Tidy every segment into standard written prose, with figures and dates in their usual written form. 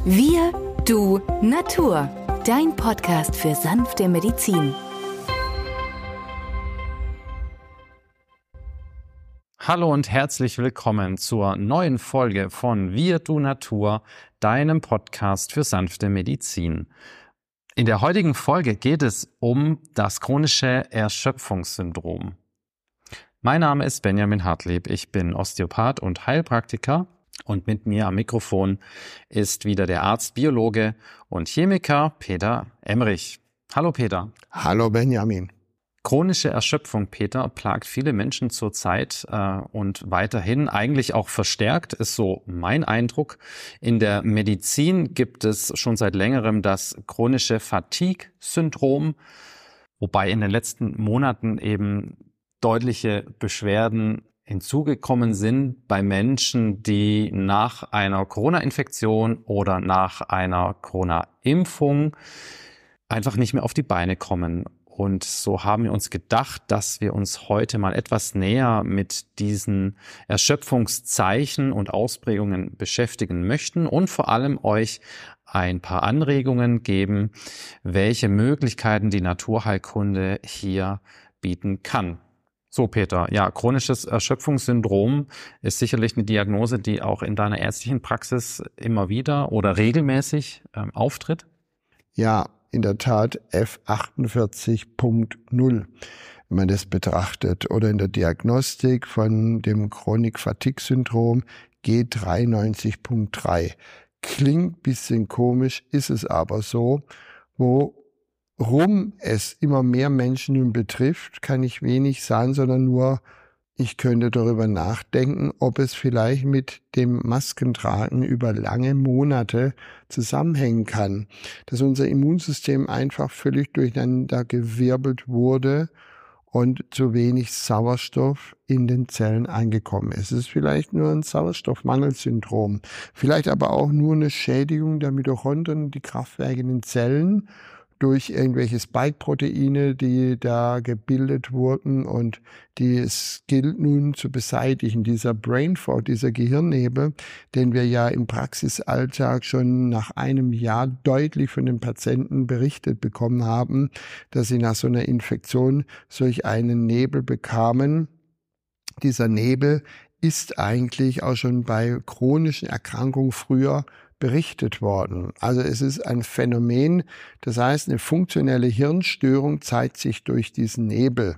Wir, du, Natur. Dein Podcast für sanfte Medizin. Hallo und herzlich willkommen zur neuen Folge von Wir, du, Natur, deinem Podcast für sanfte Medizin. In der heutigen Folge geht es um das chronische Erschöpfungssyndrom. Mein Name ist Benjamin Hartlieb, ich bin Osteopath und Heilpraktiker und mit mir am Mikrofon ist wieder der Arzt, Biologe und Chemiker Peter Emmerich. Hallo Peter. Hallo Benjamin. Chronische Erschöpfung, Peter, plagt viele Menschen zurzeit und weiterhin eigentlich auch verstärkt, ist so mein Eindruck. In der Medizin gibt es schon seit längerem das chronische Fatigue-Syndrom, wobei in den letzten Monaten eben deutliche Beschwerden hinzugekommen sind bei Menschen, die nach einer Corona-Infektion oder nach einer Corona-Impfung einfach nicht mehr auf die Beine kommen. Und so haben wir uns gedacht, dass wir uns heute mal etwas näher mit diesen Erschöpfungszeichen und Ausprägungen beschäftigen möchten und vor allem euch ein paar Anregungen geben, welche Möglichkeiten die Naturheilkunde hier bieten kann. So Peter, ja, chronisches Erschöpfungssyndrom ist sicherlich eine Diagnose, die auch in deiner ärztlichen Praxis immer wieder oder regelmäßig auftritt. Ja, in der Tat F48.0, wenn man das betrachtet. Oder in der Diagnostik von dem Chronik-Fatigue-Syndrom G93.3. Klingt ein bisschen komisch, ist es aber so. Worum es immer mehr Menschen nun betrifft, kann ich wenig sagen, sondern nur, ich könnte darüber nachdenken, ob es vielleicht mit dem Maskentragen über lange Monate zusammenhängen kann, dass unser Immunsystem einfach völlig durcheinandergewirbelt wurde und zu wenig Sauerstoff in den Zellen angekommen ist. Es ist vielleicht nur ein Sauerstoffmangelsyndrom, vielleicht aber auch nur eine Schädigung der Mitochondrien, die Kraftwerke in den Zellen, durch irgendwelche Spike-Proteine, die da gebildet wurden und die es gilt nun zu beseitigen. Dieser Brain Fog, dieser Gehirnnebel, den wir ja im Praxisalltag schon nach einem Jahr deutlich von den Patienten berichtet bekommen haben, dass sie nach so einer Infektion solch einen Nebel bekamen. Dieser Nebel ist eigentlich auch schon bei chronischen Erkrankungen früher berichtet worden. Also es ist ein Phänomen, das heißt, eine funktionelle Hirnstörung zeigt sich durch diesen Nebel.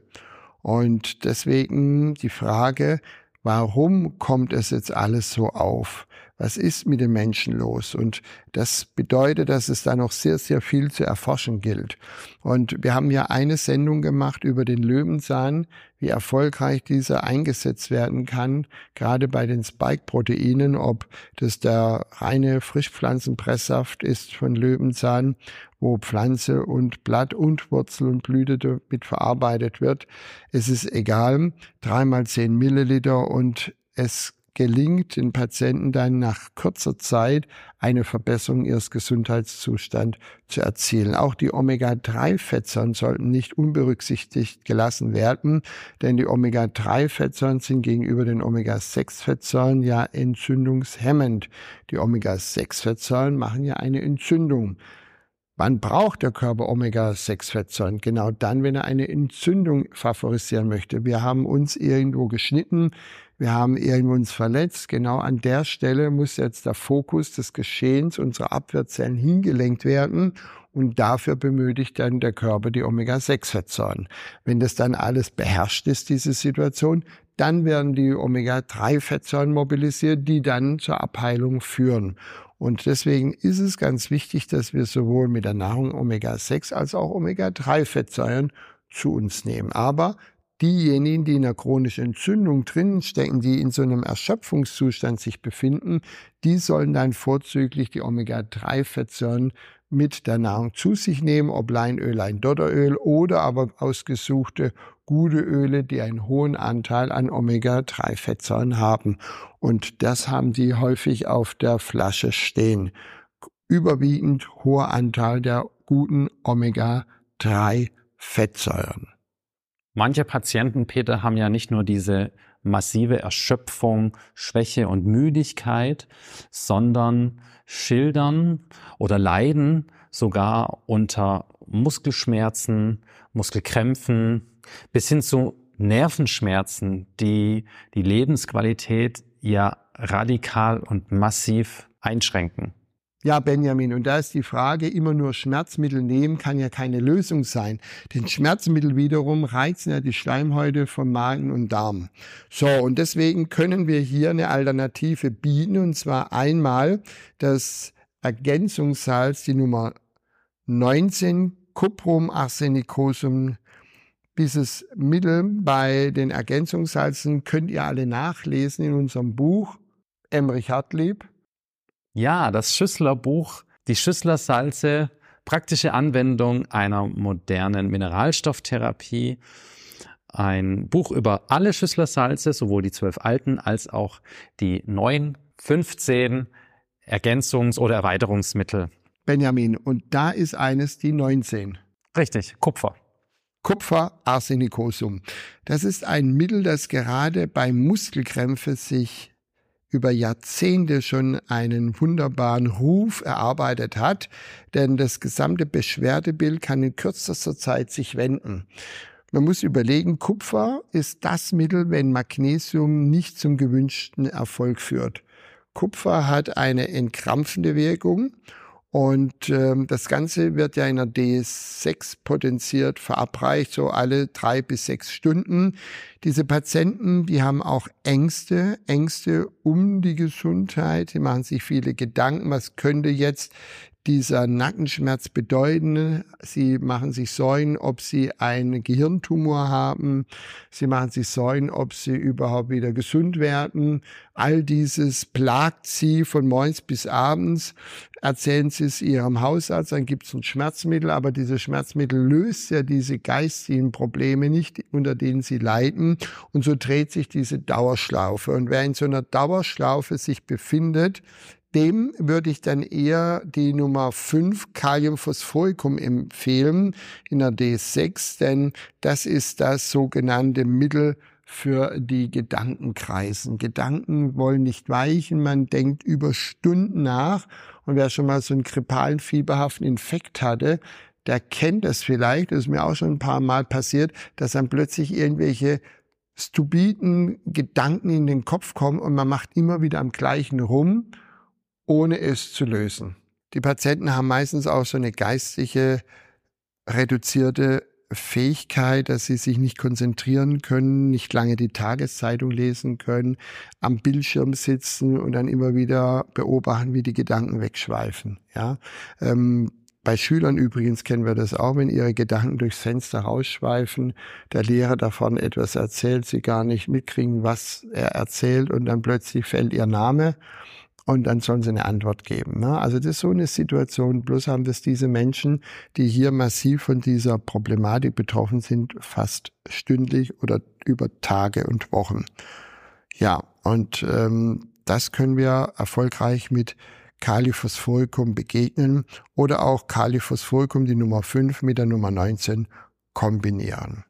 Und deswegen die Frage, warum kommt es jetzt alles so auf? Was ist mit den Menschen los? Und das bedeutet, dass es da noch sehr, sehr viel zu erforschen gilt. Und wir haben ja eine Sendung gemacht über den Löwenzahn, wie erfolgreich dieser eingesetzt werden kann, gerade bei den Spike-Proteinen, ob das der reine Frischpflanzenpresssaft ist von Löwenzahn, wo Pflanze und Blatt und Wurzel und Blüte damit verarbeitet wird. Es ist egal, 3x10 Milliliter und es gelingt den Patienten dann nach kurzer Zeit eine Verbesserung ihres Gesundheitszustands zu erzielen. Auch die Omega-3-Fettsäuren sollten nicht unberücksichtigt gelassen werden, denn die Omega-3-Fettsäuren sind gegenüber den Omega-6-Fettsäuren ja entzündungshemmend. Die Omega-6-Fettsäuren machen ja eine Entzündung. Wann braucht der Körper Omega-6-Fettsäuren? Genau dann, wenn er eine Entzündung favorisieren möchte. Wir haben uns irgendwo geschnitten, wir haben irgendwo uns verletzt. Genau an der Stelle muss jetzt der Fokus des Geschehens unserer Abwehrzellen hingelenkt werden und dafür benötigt dann der Körper die Omega-6-Fettsäuren. Wenn das dann alles beherrscht ist, diese Situation, dann werden die Omega-3-Fettsäuren mobilisiert, die dann zur Abheilung führen. Und deswegen ist es ganz wichtig, dass wir sowohl mit der Nahrung Omega-6 als auch Omega-3-Fettsäuren zu uns nehmen. Aber diejenigen, die in einer chronischen Entzündung drinnen stecken, die in so einem Erschöpfungszustand sich befinden, die sollen dann vorzüglich die Omega-3-Fettsäuren mit der Nahrung zu sich nehmen, ob Leinöl, Leindotteröl oder aber ausgesuchte gute Öle, die einen hohen Anteil an Omega-3-Fettsäuren haben. Und das haben die häufig auf der Flasche stehen. Überwiegend hoher Anteil der guten Omega-3-Fettsäuren. Manche Patienten, Peter, haben ja nicht nur diese massive Erschöpfung, Schwäche und Müdigkeit, sondern schildern oder leiden sogar unter Muskelschmerzen, Muskelkrämpfen bis hin zu Nervenschmerzen, die die Lebensqualität ja radikal und massiv einschränken. Ja, Benjamin, und da ist die Frage, immer nur Schmerzmittel nehmen kann ja keine Lösung sein. Denn Schmerzmittel wiederum reizen ja die Schleimhäute von Magen und Darm. So, und deswegen können wir hier eine Alternative bieten, und zwar einmal das Ergänzungssalz, die Nummer 19, Cuprum arsenicosum. Dieses Mittel bei den Ergänzungssalzen könnt ihr alle nachlesen in unserem Buch Emmerich Hartlieb. Ja, das Schüssler-Buch, die Schüssler-Salze, praktische Anwendung einer modernen Mineralstofftherapie. Ein Buch über alle Schüssler-Salze, sowohl die 12 alten als auch die neuen 15 Ergänzungs- oder Erweiterungsmittel. Benjamin, und da ist eines die 19. Richtig, Kupfer. Kupfer arsenicosum. Das ist ein Mittel, das gerade bei Muskelkrämpfen sich über Jahrzehnte schon einen wunderbaren Ruf erarbeitet hat, denn das gesamte Beschwerdebild kann in kürzester Zeit sich wenden. Man muss überlegen, Kupfer ist das Mittel, wenn Magnesium nicht zum gewünschten Erfolg führt. Kupfer hat eine entkrampfende Wirkung. Und das Ganze wird ja in der DS6 potenziert verabreicht, so alle 3 bis 6 Stunden. Diese Patienten, die haben auch Ängste um die Gesundheit. Die machen sich viele Gedanken, was könnte jetzt dieser Nackenschmerz bedeuten. Sie machen sich Sorgen, ob sie einen Gehirntumor haben. Sie machen sich Sorgen, ob sie überhaupt wieder gesund werden. All dieses plagt sie von morgens bis abends. Erzählen sie es ihrem Hausarzt, dann gibt es ein Schmerzmittel, aber dieses Schmerzmittel löst ja diese geistigen Probleme nicht, unter denen sie leiden. Und so dreht sich diese Dauerschlaufe. Und wer in so einer Dauerschlaufe sich befindet, dem würde ich dann eher die Nummer 5 Kaliumphosphoricum empfehlen in der DS6, denn das ist das sogenannte Mittel für die Gedankenkreisen. Gedanken wollen nicht weichen, man denkt über Stunden nach, und wer schon mal so einen grippalen, fieberhaften Infekt hatte, der kennt das vielleicht, das ist mir auch schon ein paar Mal passiert, dass dann plötzlich irgendwelche stupiden Gedanken in den Kopf kommen und man macht immer wieder am gleichen rum, ohne es zu lösen. Die Patienten haben meistens auch so eine geistige, reduzierte Fähigkeit, dass sie sich nicht konzentrieren können, nicht lange die Tageszeitung lesen können, am Bildschirm sitzen und dann immer wieder beobachten, wie die Gedanken wegschweifen. Ja, bei Schülern übrigens kennen wir das auch, wenn ihre Gedanken durchs Fenster rausschweifen, der Lehrer davon etwas erzählt, sie gar nicht mitkriegen, was er erzählt, und dann plötzlich fällt ihr Name. Und dann sollen sie eine Antwort geben. Also das ist so eine Situation. Bloß haben das diese Menschen, die hier massiv von dieser Problematik betroffen sind, fast stündlich oder über Tage und Wochen. Ja, und das können wir erfolgreich mit Kaliphosphoricum begegnen oder auch Kaliphosphoricum, die Nummer 5 mit der Nummer 19 kombinieren.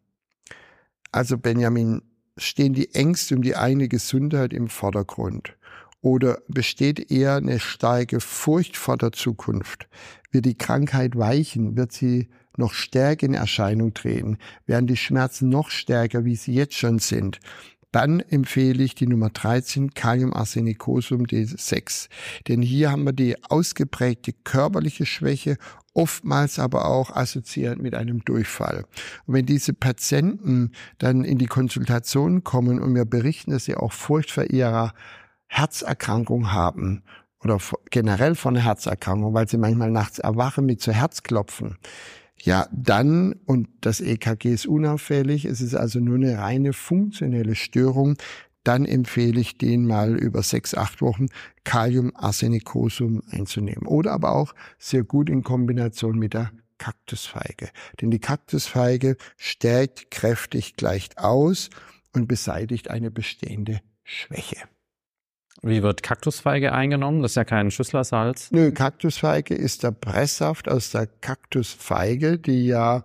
Also Benjamin, stehen die Ängste um die eigene Gesundheit im Vordergrund? Oder besteht eher eine starke Furcht vor der Zukunft? Wird die Krankheit weichen? Wird sie noch stärker in Erscheinung treten? Werden die Schmerzen noch stärker, wie sie jetzt schon sind? Dann empfehle ich die Nummer 13, Kalium arsenicosum D6. Denn hier haben wir die ausgeprägte körperliche Schwäche, oftmals aber auch assoziiert mit einem Durchfall. Und wenn diese Patienten dann in die Konsultation kommen und mir berichten, dass sie auch Furcht vor ihrer Herzerkrankung haben oder generell von einer Herzerkrankung, weil sie manchmal nachts erwachen mit so Herzklopfen, ja, dann, und das EKG ist unauffällig, es ist also nur eine reine funktionelle Störung, dann empfehle ich denen mal über 6-8 Wochen Kalium arsenicosum einzunehmen. Oder aber auch sehr gut in Kombination mit der Kaktusfeige. Denn die Kaktusfeige stärkt kräftig, gleicht aus und beseitigt eine bestehende Schwäche. Wie wird Kaktusfeige eingenommen? Das ist ja kein Schüsslersalz. Nö, Kaktusfeige ist der Presssaft aus der Kaktusfeige, die ja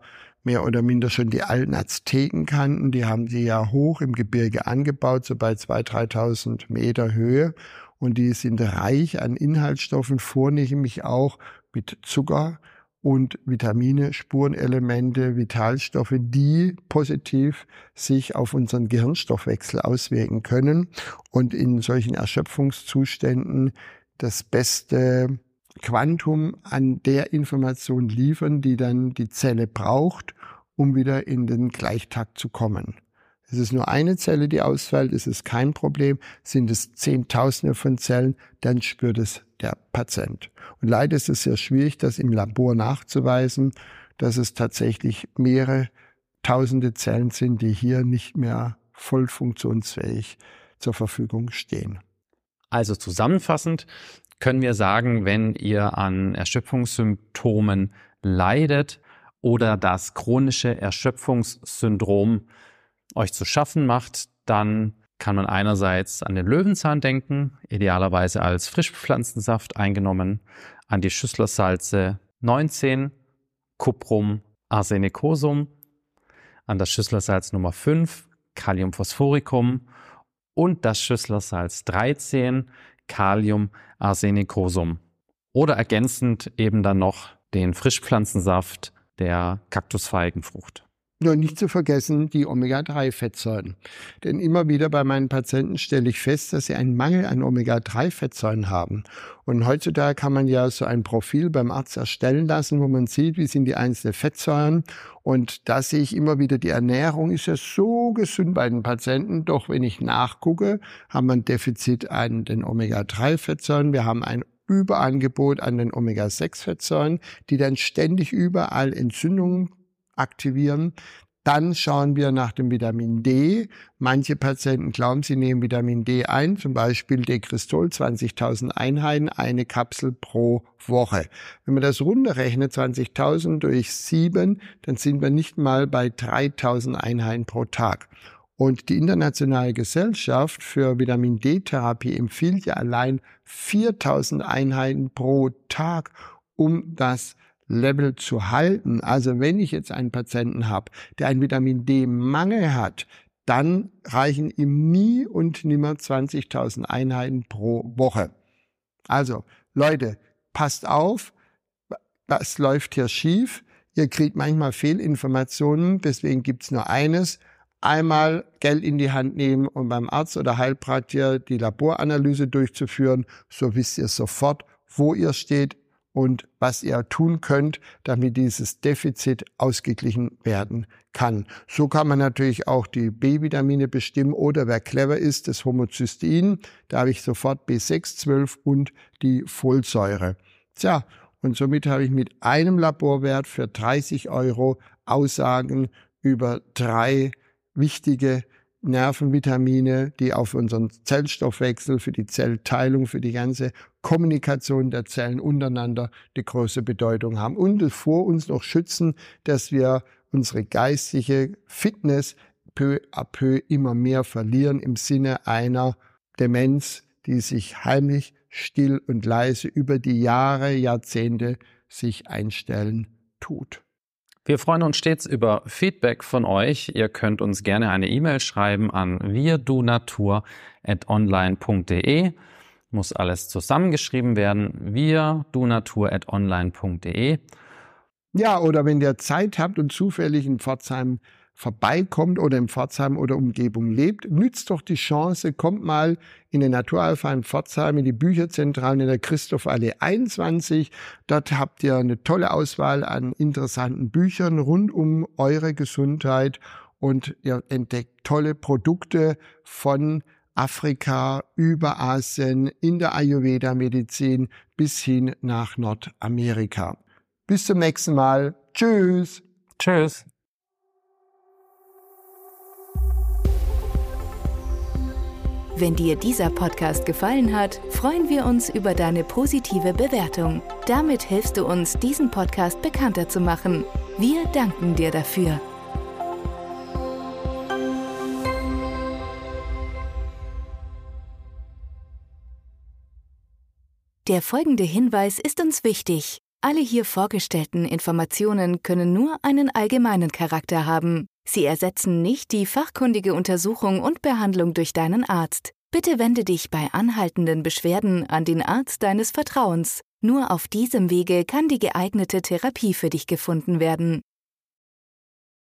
mehr oder minder schon die alten Azteken kannten. Die haben sie ja hoch im Gebirge angebaut, so bei 2.000, 3.000 Meter Höhe. Und die sind reich an Inhaltsstoffen, vornehmlich auch mit Zucker und Vitamine, Spurenelemente, Vitalstoffe, die positiv sich auf unseren Gehirnstoffwechsel auswirken können und in solchen Erschöpfungszuständen das beste Quantum an der Information liefern, die dann die Zelle braucht, um wieder in den Gleichtakt zu kommen. Es ist nur eine Zelle, die ausfällt, es ist kein Problem. Sind es Zehntausende von Zellen, dann spürt es der Patient. Und leider ist es sehr schwierig, das im Labor nachzuweisen, dass es tatsächlich mehrere tausende Zellen sind, die hier nicht mehr voll funktionsfähig zur Verfügung stehen. Also zusammenfassend können wir sagen, wenn ihr an Erschöpfungssymptomen leidet oder das chronische Erschöpfungssyndrom euch zu schaffen macht, dann kann man einerseits an den Löwenzahn denken, idealerweise als Frischpflanzensaft eingenommen, an die Schüsslersalze 19, Cuprum arsenicosum, an das Schüsslersalz Nummer 5, Kalium phosphoricum und das Schüsslersalz 13, Kalium arsenicosum. Oder ergänzend eben dann noch den Frischpflanzensaft der Kaktusfeigenfrucht. Nur nicht zu vergessen die Omega-3-Fettsäuren. Denn immer wieder bei meinen Patienten stelle ich fest, dass sie einen Mangel an Omega-3-Fettsäuren haben. Und heutzutage kann man ja so ein Profil beim Arzt erstellen lassen, wo man sieht, wie sind die einzelnen Fettsäuren. Und da sehe ich immer wieder, die Ernährung ist ja so gesund bei den Patienten. Doch wenn ich nachgucke, haben wir ein Defizit an den Omega-3-Fettsäuren. Wir haben ein Überangebot an den Omega-6-Fettsäuren, die dann ständig überall Entzündungen aktivieren. Dann schauen wir nach dem Vitamin D. Manche Patienten glauben, sie nehmen Vitamin D ein, zum Beispiel Dekristol, 20.000 Einheiten, eine Kapsel pro Woche. Wenn man das runterrechnet, 20.000 durch 7, dann sind wir nicht mal bei 3.000 Einheiten pro Tag. Und die Internationale Gesellschaft für Vitamin D-Therapie empfiehlt ja allein 4.000 Einheiten pro Tag, um das Level zu halten. Also wenn ich jetzt einen Patienten habe, der einen Vitamin D-Mangel hat, dann reichen ihm nie und nimmer 20.000 Einheiten pro Woche. Also Leute, passt auf, was läuft hier schief? Ihr kriegt manchmal Fehlinformationen, deswegen gibt's nur eines. Einmal Geld in die Hand nehmen und beim Arzt oder Heilpraktiker die Laboranalyse durchzuführen, so wisst ihr sofort, wo ihr steht und was ihr tun könnt, damit dieses Defizit ausgeglichen werden kann. So kann man natürlich auch die B-Vitamine bestimmen oder wer clever ist, das Homocystein, da habe ich sofort B6, 12 und die Folsäure. Tja, und somit habe ich mit einem Laborwert für 30 € Aussagen über 3 wichtige Nervenvitamine, die auf unseren Zellstoffwechsel, für die Zellteilung, für die ganze Kommunikation der Zellen untereinander die große Bedeutung haben und vor uns noch schützen, dass wir unsere geistige Fitness peu à peu immer mehr verlieren im Sinne einer Demenz, die sich heimlich, still und leise über die Jahre, Jahrzehnte sich einstellen tut. Wir freuen uns stets über Feedback von euch. Ihr könnt uns gerne eine E-Mail schreiben an wirdunatur@online.de. Muss alles zusammengeschrieben werden. wirdunatur@online.de. Ja, oder wenn ihr Zeit habt und zufällig in Pforzheim vorbeikommt oder in Pforzheim oder Umgebung lebt, nützt doch die Chance, kommt mal in den Naturalpha in Pforzheim, in die Bücherzentrale in der Christophallee 21. Dort habt ihr eine tolle Auswahl an interessanten Büchern rund um eure Gesundheit und ihr entdeckt tolle Produkte von Afrika, über Asien, in der Ayurveda-Medizin bis hin nach Nordamerika. Bis zum nächsten Mal. Tschüss. Tschüss. Wenn dir dieser Podcast gefallen hat, freuen wir uns über deine positive Bewertung. Damit hilfst du uns, diesen Podcast bekannter zu machen. Wir danken dir dafür. Der folgende Hinweis ist uns wichtig. Alle hier vorgestellten Informationen können nur einen allgemeinen Charakter haben. Sie ersetzen nicht die fachkundige Untersuchung und Behandlung durch deinen Arzt. Bitte wende dich bei anhaltenden Beschwerden an den Arzt deines Vertrauens. Nur auf diesem Wege kann die geeignete Therapie für dich gefunden werden.